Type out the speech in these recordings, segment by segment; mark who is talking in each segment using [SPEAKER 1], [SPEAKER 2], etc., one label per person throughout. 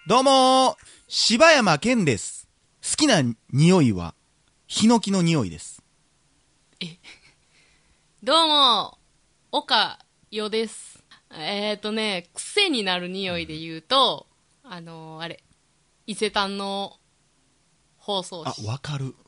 [SPEAKER 1] どうもー、柴山健です。好きな匂いは、ヒノキの匂いです。
[SPEAKER 2] どうも、岡よです。癖になる匂いで言うと、あれ、伊勢丹の包装
[SPEAKER 1] あ、
[SPEAKER 2] 紙。
[SPEAKER 1] わかる。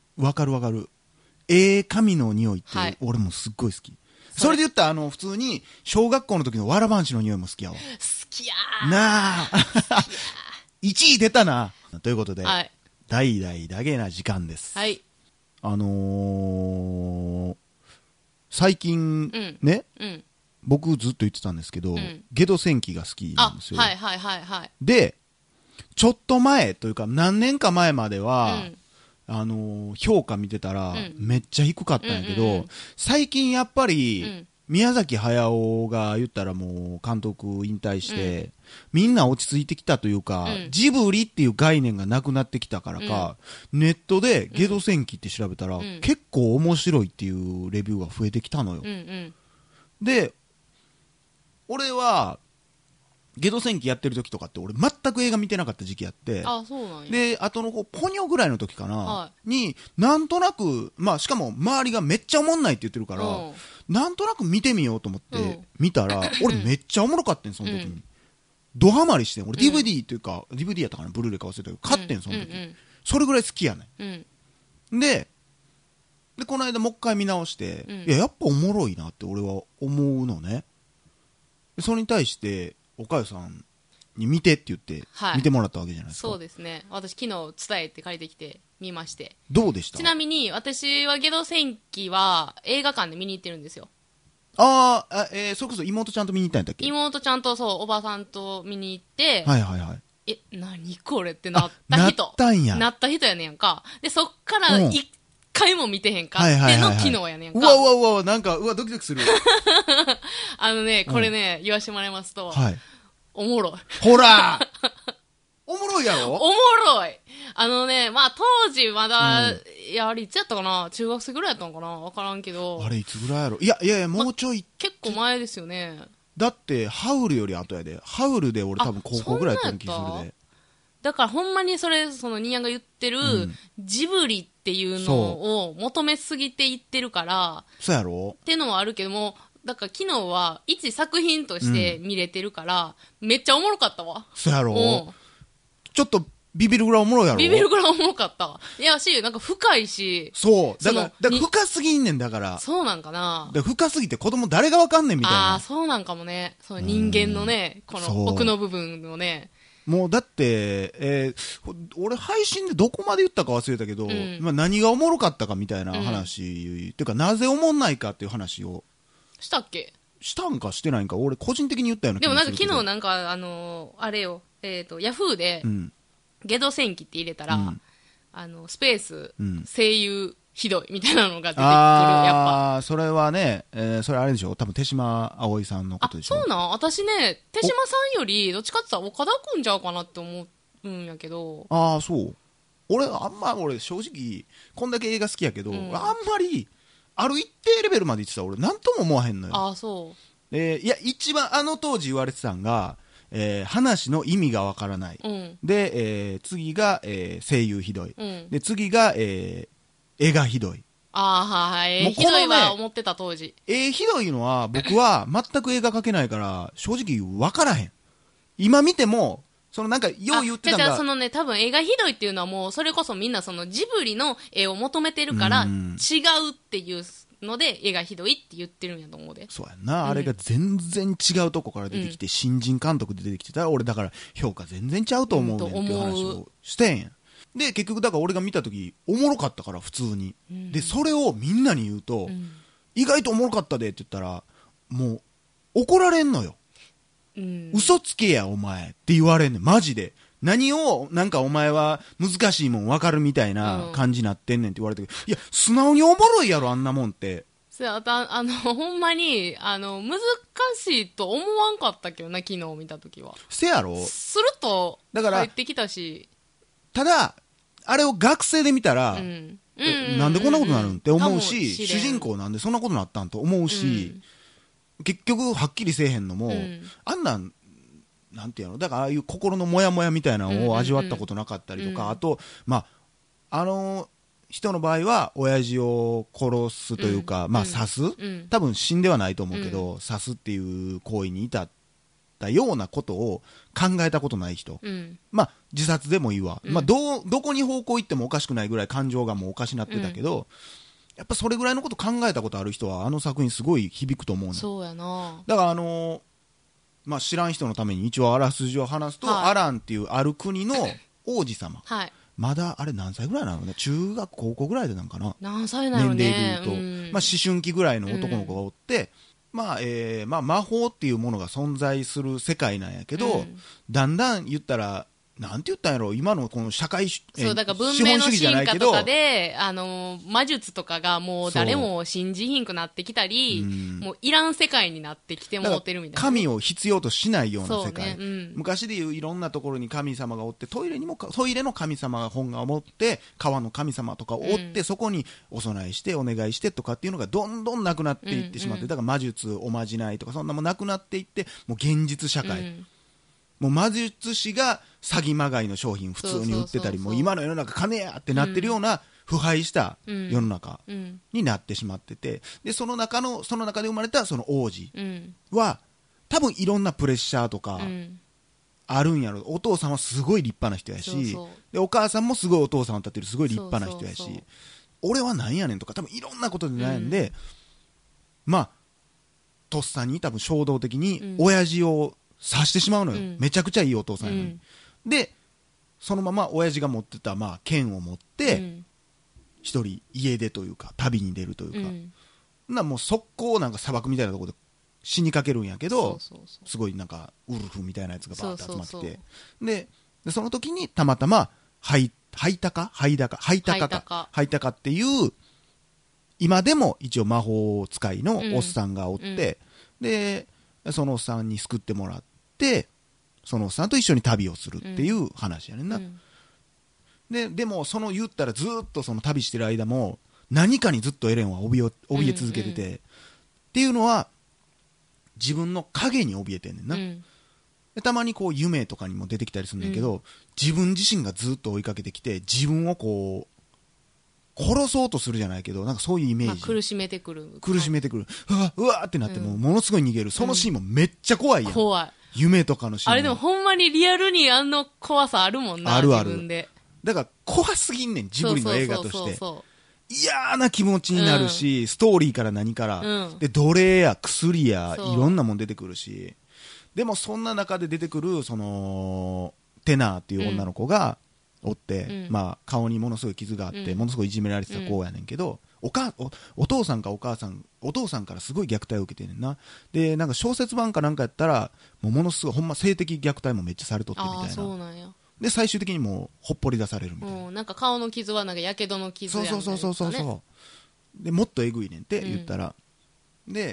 [SPEAKER 1] 紙の匂いって、
[SPEAKER 2] はい
[SPEAKER 1] 俺もすっごい好き。それで言ったら、普通に、小学校の時のわらばんしの匂いも好きやわ。
[SPEAKER 2] 好きやー。
[SPEAKER 1] なあ。1位出たな。ということで、
[SPEAKER 2] はい。
[SPEAKER 1] 大々だけな時間です。
[SPEAKER 2] はい。
[SPEAKER 1] 最近、ね、
[SPEAKER 2] うん。
[SPEAKER 1] 僕ずっと言ってたんですけど、
[SPEAKER 2] ん
[SPEAKER 1] ゲド戦記が好きなんですよ。
[SPEAKER 2] はいはいはいはい。
[SPEAKER 1] で、ちょっと前というか何年か前までは、評価見てたら、めっちゃ低かったんやけど、最近やっぱり、宮崎駿が言ったらもう監督引退して、みんな落ち着いてきたというか、ジブリっていう概念がなくなってきたからか、ネットでゲド戦記って調べたら、結構面白いっていうレビューが増えてきたのよ。で、俺は、ゲド戦記やってる時とかって俺全く映画見てなかった時期やって、
[SPEAKER 2] あ、そうなんや。
[SPEAKER 1] で、後のポニョぐらいの時かな、
[SPEAKER 2] は
[SPEAKER 1] に、なんとなく、まあしかも周りがめっちゃおもんないって言ってるから、なんとなく見てみようと思って見たら、俺めっちゃおもろかったん、その時に。ドハマりしてん。俺 DVD っていうか、DVD やったかな、ブルーレイか忘れたけど、買ってん、その時。それぐらい好きやねん。で、この間もう一回見直して、いや、やっぱおもろいなって俺は思うのね。それに対して、おかゆさんに見てって言って、見てもらったわけじゃないですか。
[SPEAKER 2] そうですね。私昨日伝えて借りてきて見まして。
[SPEAKER 1] どうでした？
[SPEAKER 2] ちなみに私はゲド戦記は映画館で見に行ってるんですよ。
[SPEAKER 1] それこそ妹ちゃんと見に行ったんやったっけ？
[SPEAKER 2] 妹ちゃんとそう、おばさんと見に行って、
[SPEAKER 1] はいはいはい。
[SPEAKER 2] 何これってなった人。
[SPEAKER 1] なったんや。
[SPEAKER 2] なった人やねんか。で、そっから一回も見てへんかっての昨日やねんか。
[SPEAKER 1] うわ、なんか、ドキドキする。
[SPEAKER 2] これね、言わしてもらいますと、
[SPEAKER 1] はい。
[SPEAKER 2] おもろい。
[SPEAKER 1] ほらおもろいやろ？
[SPEAKER 2] おもろい。まあ当時まだ、いや、あれいつやったかな？中学生ぐらいやったのかな？わからんけど。
[SPEAKER 1] あれいつぐらいやろ？いや、もうちょい。
[SPEAKER 2] 結構前ですよね。
[SPEAKER 1] だって、ハウルより後やで。ハウルで俺多分高校ぐらいやったような気するで。
[SPEAKER 2] だからほんまにそのニーヤンが言ってる、ジブリっていうのを求めすぎていってるから、
[SPEAKER 1] そうやろ？
[SPEAKER 2] っていうのはあるけども、だから昨日は一作品として見れてるから、めっちゃおもろかったわ。
[SPEAKER 1] そうやろ？ちょっとビビるぐらいおもろいやろ？
[SPEAKER 2] ビビるぐらいおもろかったわ。いやし、なんか深いし。
[SPEAKER 1] そう。だから深すぎんねんだから。
[SPEAKER 2] そうなんかな。
[SPEAKER 1] 深すぎて子供誰がわかんねんみたいな。
[SPEAKER 2] ああ、そうなんかもね。その人間のね、この奥の部分のね。
[SPEAKER 1] もうだって、俺配信でどこまで言ったか忘れたけど、まあ何がおもろかったかみたいな話、っていうかなぜおもんないかっていう話を。
[SPEAKER 2] したっけ？
[SPEAKER 1] したんかしてないんか、俺個人的に言ったような気がするけど。
[SPEAKER 2] でもなんか昨日なんかあれよ、ヤフーで、ゲド戦記って入れたら、スペース、声優ひどいみたいなのが出てくる、やっぱ。
[SPEAKER 1] ああ、それはね、それあれでしょ？多分手島葵さんのことでしょ？
[SPEAKER 2] そうなん？私ね、手島さんより、どっちかって言ったら岡田くんちゃうかなって思うんやけど。
[SPEAKER 1] ああ、そう。俺正直、こんだけ映画好きやけど、あんまり、ある一定レベルまで言ってたら俺なんとも思わへんのよ。
[SPEAKER 2] ああ、そう。
[SPEAKER 1] いや、一番当時言われてたんが、話の意味がわからない。で、次が、声優ひどい。で、次が、絵がひどい。
[SPEAKER 2] ああ、はい。ひどいは思ってた当時。
[SPEAKER 1] ひどいのは僕は全く映画描けないから、正直わからへん。今見ても、なんか、よう言ってたんが。
[SPEAKER 2] 多分絵がひどいっていうのはもう、それこそみんなジブリの絵を求めてるから、違うっていうので、絵がひどいって言ってるんやと思うで。
[SPEAKER 1] そうやんな。あれが全然違うとこから出てきて、新人監督で出てきてたら、俺だから評価全然ちゃうと思うねんっていう話をしてんやん。で、結局だから俺が見たとき、おもろかったから普通に。で、それをみんなに言うと、意外とおもろかったでって言ったら、もう、怒られんのよ。嘘つけやお前って言われんねん、マジで。何をなんかお前は難しいもん分かるみたいな感じになってんねんって言われて、いや素直におもろいやろあんなもんって。
[SPEAKER 2] ほんまに難しいと思わんかったけどな、昨日見た時は。
[SPEAKER 1] せやろ。
[SPEAKER 2] すると入ってきたし。
[SPEAKER 1] ただあれを学生で見たら、なんでこんなことなるんって思うし、主人公なんでそんなことなったんと思うし、結局はっきりせえへんのも、あんなんなんていうの、だからああいう心のモヤモヤみたいなのを味わったことなかったりとか、あと、まあ、人の場合は、親父を殺すというか、まあ、刺す、多分死んではないと思うけど、刺すっていう行為に至ったようなことを考えたことない人。まあ、自殺でもいいわ。まあ、どこに方向行ってもおかしくないぐらい感情がもうおかしなってたけど、やっぱそれぐらいのこと考えたことある人は、あの作品すごい響くと思うの。
[SPEAKER 2] そうやな。
[SPEAKER 1] だからまあ、知らん人のために一応あらすじを話すと、アランっていうある国の王子様。まだあれ何歳ぐらいなのね、中学高校ぐらいでなんかな、
[SPEAKER 2] 何歳なのね、
[SPEAKER 1] 年齢で言うと、まあ、思春期ぐらいの男の子がおって、まあ魔法っていうものが存在する世界なんやけど、だんだん言ったらなんて言ったんやろ、今のこの社会
[SPEAKER 2] そうだから文明の進化とかで魔術とかがもう誰も信じひんくなってきたり、もういらん世界になってきてもってるみたいな、
[SPEAKER 1] 神を必要としないような世界、
[SPEAKER 2] ね、
[SPEAKER 1] 昔でいういろんなところに神様がおって、トイレの神様が本がおって川の神様とかおって、そこにお供えしてお願いしてとかっていうのがどんどんなくなっていってしまって、だから魔術おまじないとかそんなもなくなっていって、もう現実社会、もう魔術師が詐欺まがいの商品普通に売ってたり、もう今の世の中金やってなってるような腐敗した世の中になってしまってて、でその中で生まれたその王子は多分いろんなプレッシャーとかあるんやろ。お父さんはすごい立派な人やし、でお母さんもすごいお父さんを立ってるすごい立派な人やし、俺はなんやねんとか多分いろんなことで悩んで、まあとっさに多分衝動的に親父を刺してしまうのよ、めちゃくちゃいいお父さんやのに、でそのまま親父が持ってた、まあ、剣を持って一人家出というか旅に出るというか、もう速攻なんか砂漠みたいなところで死にかけるんやけど、すごいなんかウルフみたいなやつがバーッと集まってて、でその時にたまたまハイタカっていう今でも一応魔法使いのおっさんがおって、でそのおっさんに救ってもらって、そのおっさんと一緒に旅をするっていう話やねんな、でもその言ったらずっとその旅してる間も何かにずっとエレンは怯え続けてて、っていうのは自分の影に怯えてんねんな、でたまにこう夢とかにも出てきたりするんだけど、自分自身がずっと追いかけてきて自分をこう殺そうとするじゃないけど、なんかそういうイメージ、
[SPEAKER 2] 苦しめてくる
[SPEAKER 1] うわってなってものすごい逃げる、そのシーンもめっちゃ怖いやん、
[SPEAKER 2] 怖い
[SPEAKER 1] 夢とかのシーン。
[SPEAKER 2] あれでもほんまにリアルにあの怖さあるもんな、
[SPEAKER 1] あるある、
[SPEAKER 2] 自分で。
[SPEAKER 1] だから怖すぎんねん、ジブリの映画として。嫌な気持ちになるし、ストーリーから何から、で奴隷や薬やいろんなもん出てくるし、でもそんな中で出てくるそのテナーっていう女の子がおって、まあ顔にものすごい傷があって、ものすごいいじめられてた子やねんけど、お父さんからすごい虐待を受けてんねんな。でなんか小説版かなんかやったらものすごいほんま性的虐待もめっちゃされとってみたいな。
[SPEAKER 2] そうなんや。
[SPEAKER 1] で最終的にもうほっぽり出されるみたいな、
[SPEAKER 2] なんか顔の傷はなんかやけどの傷やみたいな、
[SPEAKER 1] そうでもっとえぐいねんって言ったら、で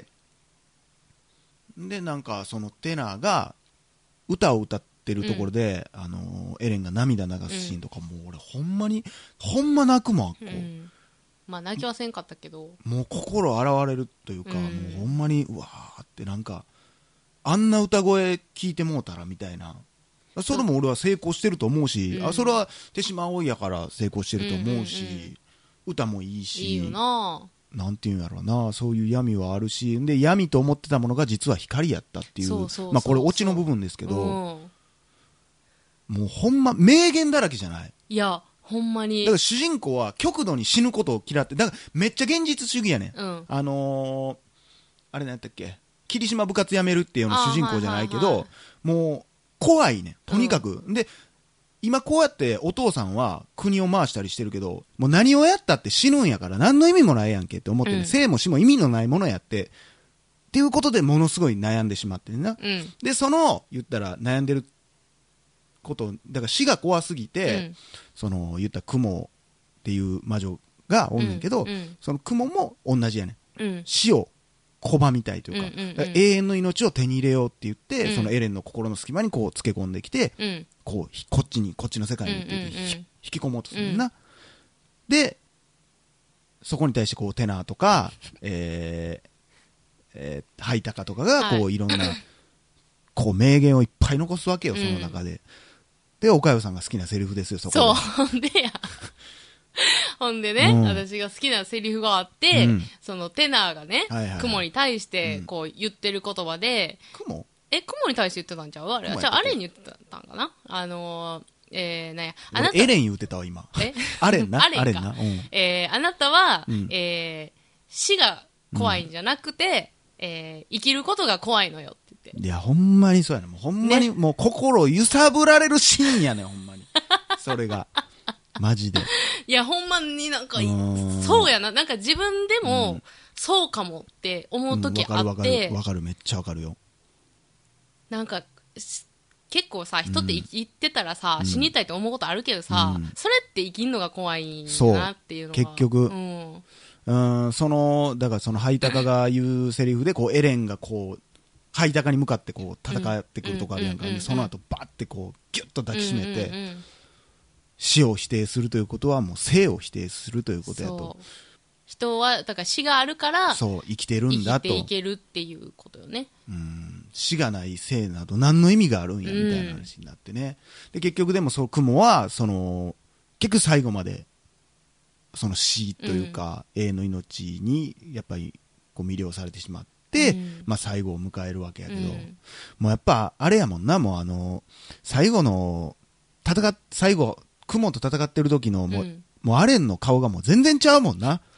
[SPEAKER 1] なんかそのテナーが歌を歌ってるところで、エレンが涙流すシーンとか、もう俺ほんま泣くもん、
[SPEAKER 2] まあ泣きはせんかったけど、
[SPEAKER 1] もう心洗われるというか、もうほんまにうわーってなんかあんな歌声聞いてもうたらみたいな。それも俺は成功してると思うし、それは手島葵やから成功してると思うし、歌もいいし、
[SPEAKER 2] いいよな、
[SPEAKER 1] なんていうんやろうな、そういう闇はあるし、で闇と思ってたものが実は光やったっていう、まあこれオチの部分ですけど、もうほんま名言だらけじゃない。
[SPEAKER 2] いやほんまに。
[SPEAKER 1] だから主人公は極度に死ぬことを嫌って、だからめっちゃ現実主義やねん。あれ何やったっけ、霧島部活やめるっていうような主人公じゃないけど、もう怖いねん、とにかく。で今こうやってお父さんは国を回したりしてるけど、もう何をやったって死ぬんやから何の意味もないやんけって思ってね、生も死も意味のないものやってっていうことでものすごい悩んでしまってんな、でその言ったら悩んでることだから死が怖すぎて、その言った雲っていう魔女がおんねんけど、その雲も同じやねん、死を拒みたいというか、永遠の命を手に入れようって言って、そのエレンの心の隙間にこうつけ込んできて、こっちの世界にって引き込もうとするんだ、でそこに対してこうテナーとか、ハイタカとかがこういろんなこう名言をいっぱい残すわけよ、その中で。で、岡代さんが好きなセリフですよ、そこで。
[SPEAKER 2] そう、ほんでや。ほんでね、私が好きなセリフがあって、そのテナーがね、雲に対してこう言ってる言葉で、
[SPEAKER 1] 雲
[SPEAKER 2] に対して言ってたんちゃうあれ。じゃあ、アレンに言ってたんかななんや、
[SPEAKER 1] あなた。エレン言ってたわ、今。アレンな。
[SPEAKER 2] アレンか。あなたは、死が怖いんじゃなくて、生きることが怖いのよって言って。
[SPEAKER 1] いや、ほんまにそうやな。もうほんまに、もう心を揺さぶられるシーンやねん、ほんまに。それが。マジで。
[SPEAKER 2] いや、ほんまになんか、そうやな。なんか自分でも、そうかもって思う時あって。
[SPEAKER 1] わかる、めっちゃわかるよ。
[SPEAKER 2] なんか、結構さ、人って生きてたらさ、死にたいと思うことあるけどさ、それって生きんのが怖いんだなっていうのが。
[SPEAKER 1] 結局。だからそのハイタカが言うセリフで、こう、エレンがこう、ハイタカに向かってこう、戦ってくるとこあるやんか。その後、バッてこう、ギュッと抱きしめて、死を否定するということは、もう生を否定するということやと。
[SPEAKER 2] 人は、だから死があるから、
[SPEAKER 1] そう、生きてるんだと。
[SPEAKER 2] 生きていけるっていうことよね。
[SPEAKER 1] 死がない生など何の意味があるんや、みたいな話になってね。で、結局でもその雲は、結局最後まで、その死というか、永遠の命に、やっぱり、こう魅了されてしまって、まあ最後を迎えるわけやけど、もうやっぱ、あれやもんな、もう最後の、最後、雲と戦ってる時の、もうアレンの顔がもう全然ちゃうもんな。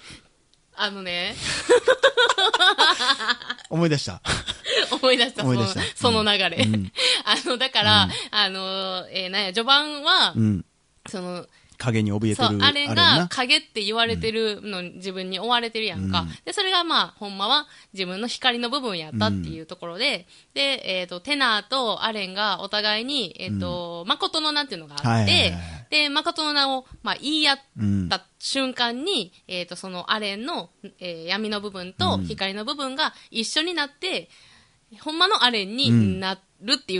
[SPEAKER 1] 思い出した。
[SPEAKER 2] その流れ。だから、序盤は、
[SPEAKER 1] 影に怯えてる。
[SPEAKER 2] あれが影って言われてるのに自分に追われてるやんか。で、それがまあ、ほんまは自分の光の部分やったっていうところで、で、テナーとアレンがお互いに、誠の名っていうのがあって、で、誠の名を、まあ、言い合った瞬間に、そのアレンの、闇の部分と光の部分が一緒になって、ほんまのアレンになるっていう、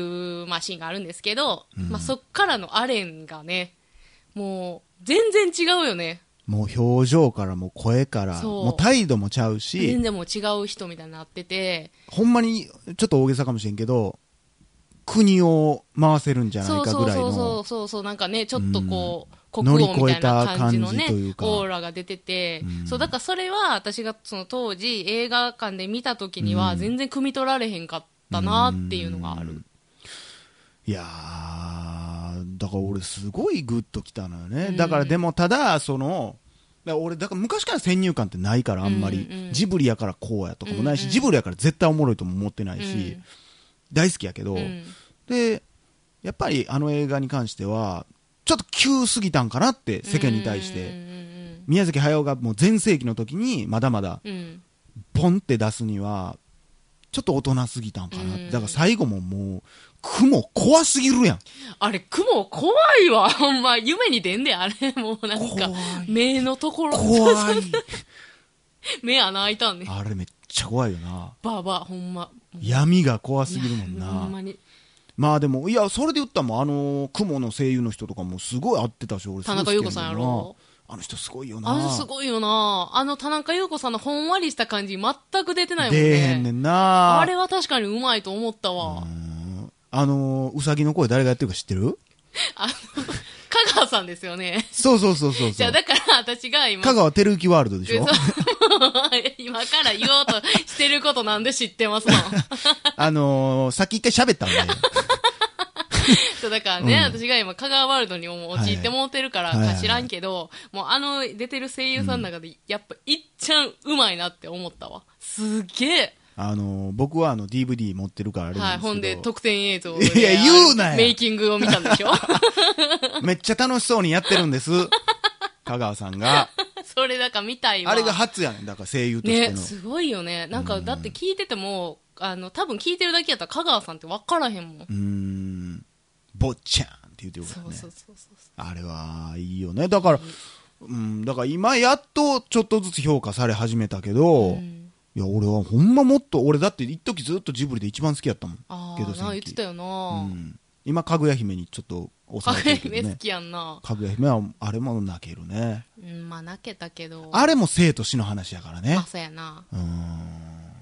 [SPEAKER 2] まあ、シーンがあるんですけど、まあ、そっからのアレンがね、もう、全然違うよね。
[SPEAKER 1] もう表情からも声から、もう態度もちゃうし。
[SPEAKER 2] 全然もう違う人みたいになってて。
[SPEAKER 1] ほんまに、ちょっと大げさかもしれんけど、国を回せるんじゃないかぐらいの。
[SPEAKER 2] そう、なんかね、ちょっとこう、国王みたいな感じのね、オーラが出てて、そう、だからそれは私がその当時映画館で見た時には全然汲み取られへんかったなっていうのがある。
[SPEAKER 1] いやー、だから俺すごいグッときたのよね。だからでもただ、俺、だから昔から先入観ってないからあんまり、ジブリやからこうやとかもないし、ジブリやから絶対おもろいとも思ってないし、大好きやけど、で、やっぱりあの映画に関しては、ちょっと急すぎたんかなって世間に対して、宮崎駿がもう全盛期の時にまだまだ、ボンって出すには、ちょっと大人すぎたんかなって。だから最後ももう、雲怖すぎるやん。
[SPEAKER 2] あれ、雲怖いわ。ほんま、夢に出んで、あれ。もうなんか、目のところ。
[SPEAKER 1] 怖い。
[SPEAKER 2] 目穴開いたんね。
[SPEAKER 1] あれめっちゃ怖いよな。
[SPEAKER 2] ほんま。
[SPEAKER 1] 闇が怖すぎるもんな。
[SPEAKER 2] ほんまに。
[SPEAKER 1] まあでも、いや、それで言ったもん、雲の声優の人とかもすごい合ってたし、俺
[SPEAKER 2] 田中優子さんやろ。
[SPEAKER 1] あの人すごいよな。
[SPEAKER 2] あの人すごいよな。田中優子さんのほんわりした感じ全く出てないもんね。
[SPEAKER 1] 出へんねんな。
[SPEAKER 2] あれは確かにうまいと思ったわ。
[SPEAKER 1] うさぎの声誰がやってるか知ってる？
[SPEAKER 2] 香川さんですよね。
[SPEAKER 1] そう。
[SPEAKER 2] じゃあだから私が今。
[SPEAKER 1] 香川照之ワールドでしょ？
[SPEAKER 2] 今から言おうとしてることなんで知ってますの？
[SPEAKER 1] さっき一回喋ったんで。
[SPEAKER 2] そうだからね、私が今、香川ワールドにも陥ってもうてるからか知らんけど、もう出てる声優さんの中で、やっぱいっちゃんうまいなって思ったわ。すげえ。
[SPEAKER 1] 僕はDVD 持ってるからあれなんですけど。
[SPEAKER 2] はい、ほんで特典映像
[SPEAKER 1] で。いや、言うなよ。
[SPEAKER 2] メイキングを見たんでしょ？
[SPEAKER 1] めっちゃ楽しそうにやってるんです。香川さんが。
[SPEAKER 2] それだから見たいわ。
[SPEAKER 1] あれが初やねん、だから声優としての。
[SPEAKER 2] ね、すごいよね。なんか、だって聞いてても、多分聞いてるだけやったら香川さんって分からへんもん。
[SPEAKER 1] 坊ちゃんって言ってるからね。
[SPEAKER 2] そう。
[SPEAKER 1] あれはいいよね。だから、だから今やっとちょっとずつ評価され始めたけど、いや、俺はほんまもっと、俺だって一時ずっとジブリで一番好きやったもん。
[SPEAKER 2] けど言ってたよな。
[SPEAKER 1] 今、かぐや姫にちょっと
[SPEAKER 2] かぐや姫好きやんな。
[SPEAKER 1] かぐや姫は、あれも泣けるね。
[SPEAKER 2] まあ泣けたけど。
[SPEAKER 1] あれも生と死の話やからね。
[SPEAKER 2] そうやな。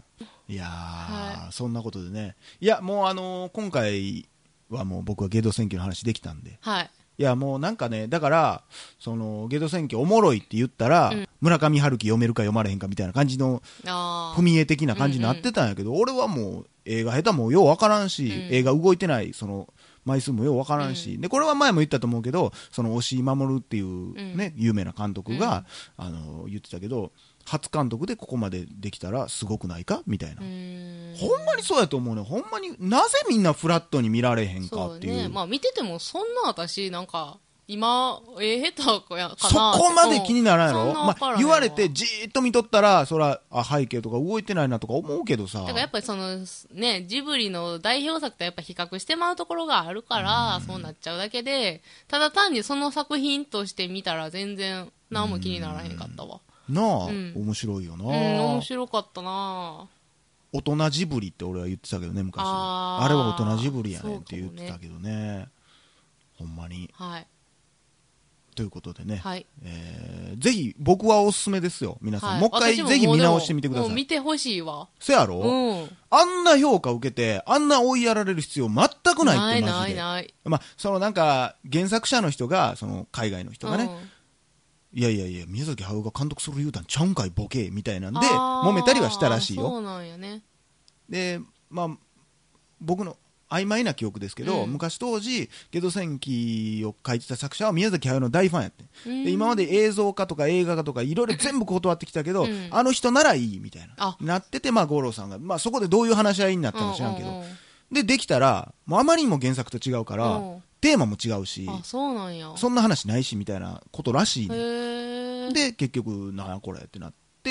[SPEAKER 1] いやー、
[SPEAKER 2] はい、
[SPEAKER 1] そんなことでね。いや、もう今回はもう僕はゲド戦記の話できたんで。
[SPEAKER 2] はい。
[SPEAKER 1] いや、もうなんかね、だから、ゲド戦記おもろいって言ったら、村上春樹読めるか読まれへんかみたいな感じの、踏み絵的な感じになってたんやけど、俺はもう映画下手もようわからんし、映画動いてない、枚数もようわからんし、で、これは前も言ったと思うけど、押井守っていうね、有名な監督が、言ってたけど、初監督でここまでできたらすごくないかみたいな。ほんまにそうやと思うね。ほんまになぜみんなフラットに見られへんかっていう。
[SPEAKER 2] ね、まあ見ててもそんな私なんか今下手かやかな。
[SPEAKER 1] そこまで気にならんやろ。まあ言われてじーっと見とったらそら背景とか動いてないなとか思うけどさ。
[SPEAKER 2] だからやっぱりねジブリの代表作とやっぱ比較してまうところがあるからそうなっちゃうだけで、ただ単にその作品として見たら全然何も気にならへんかったわ。
[SPEAKER 1] なあ、面白いよな。
[SPEAKER 2] 面白かったな。
[SPEAKER 1] 大人ジブリって俺は言ってたけどね、昔。あれは大人ジブリやねんって言ってたけどね。ほんまに。
[SPEAKER 2] はい。
[SPEAKER 1] ということでね。
[SPEAKER 2] はい。
[SPEAKER 1] ぜひ、僕はおすすめですよ、皆さん。はい、もう一回ぜひ見直してみてください。
[SPEAKER 2] もう見てほしいわ。
[SPEAKER 1] そやろ、あんな評価受けて、あんな追いやられる必要全くないってマジで。ない。まあ、なんか、原作者の人が、海外の人がね、いやいやいや、宮崎駿が監督する言うたんちゃうんかいボケみたいなんで揉めたりはしたらしいよ。
[SPEAKER 2] そうなんやね。で、
[SPEAKER 1] まあ僕の曖昧な記憶ですけど、昔当時ゲド戦記を書いてた作者は宮崎駿の大ファンやって。で今まで映像化とか映画化とかいろいろ全部断ってきたけど、あの人ならいいみたいななってて、まあ五郎さんがそこでどういう話し合いになったか知らんけど、できたらもうあまりにも原作と違うから。テーマも違うし、
[SPEAKER 2] そうなんや。
[SPEAKER 1] そんな話ないしみたいなことらしいね。で結局なんやこれってなって、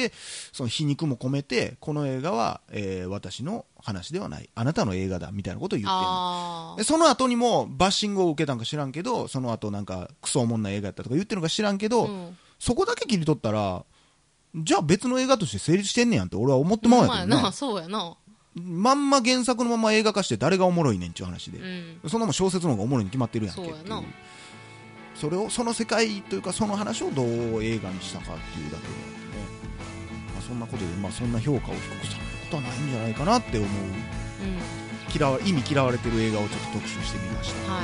[SPEAKER 1] その皮肉も込めてこの映画は、私の話ではないあなたの映画だみたいなことを言ってんの。でその後にもバッシングを受けたんか知らんけど、その後なんかクソおもんな映画やったとか言ってるのか知らんけど、そこだけ切り取ったらじゃあ別の映画として成立してんねやんって俺は思ってまうやけどな。
[SPEAKER 2] そうやな。
[SPEAKER 1] まんま原作のまま映画化して誰がおもろいねんっていう話で、そんなもん小説の方がおもろいに決まってるやんけっていう。その世界というかその話をどう映画にしたかっていうだけであってね、そんなことで、そんな評価を低くされることはないんじゃないかなって思う、意味嫌われてる映画をちょっと特集してみました。はい、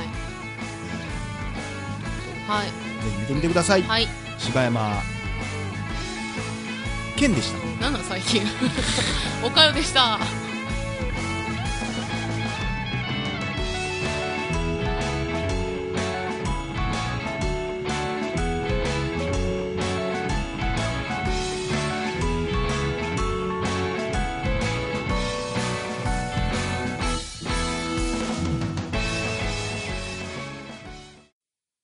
[SPEAKER 1] ぜひ見てみてください。柴山健でした。
[SPEAKER 2] なんだ最近おかよでした。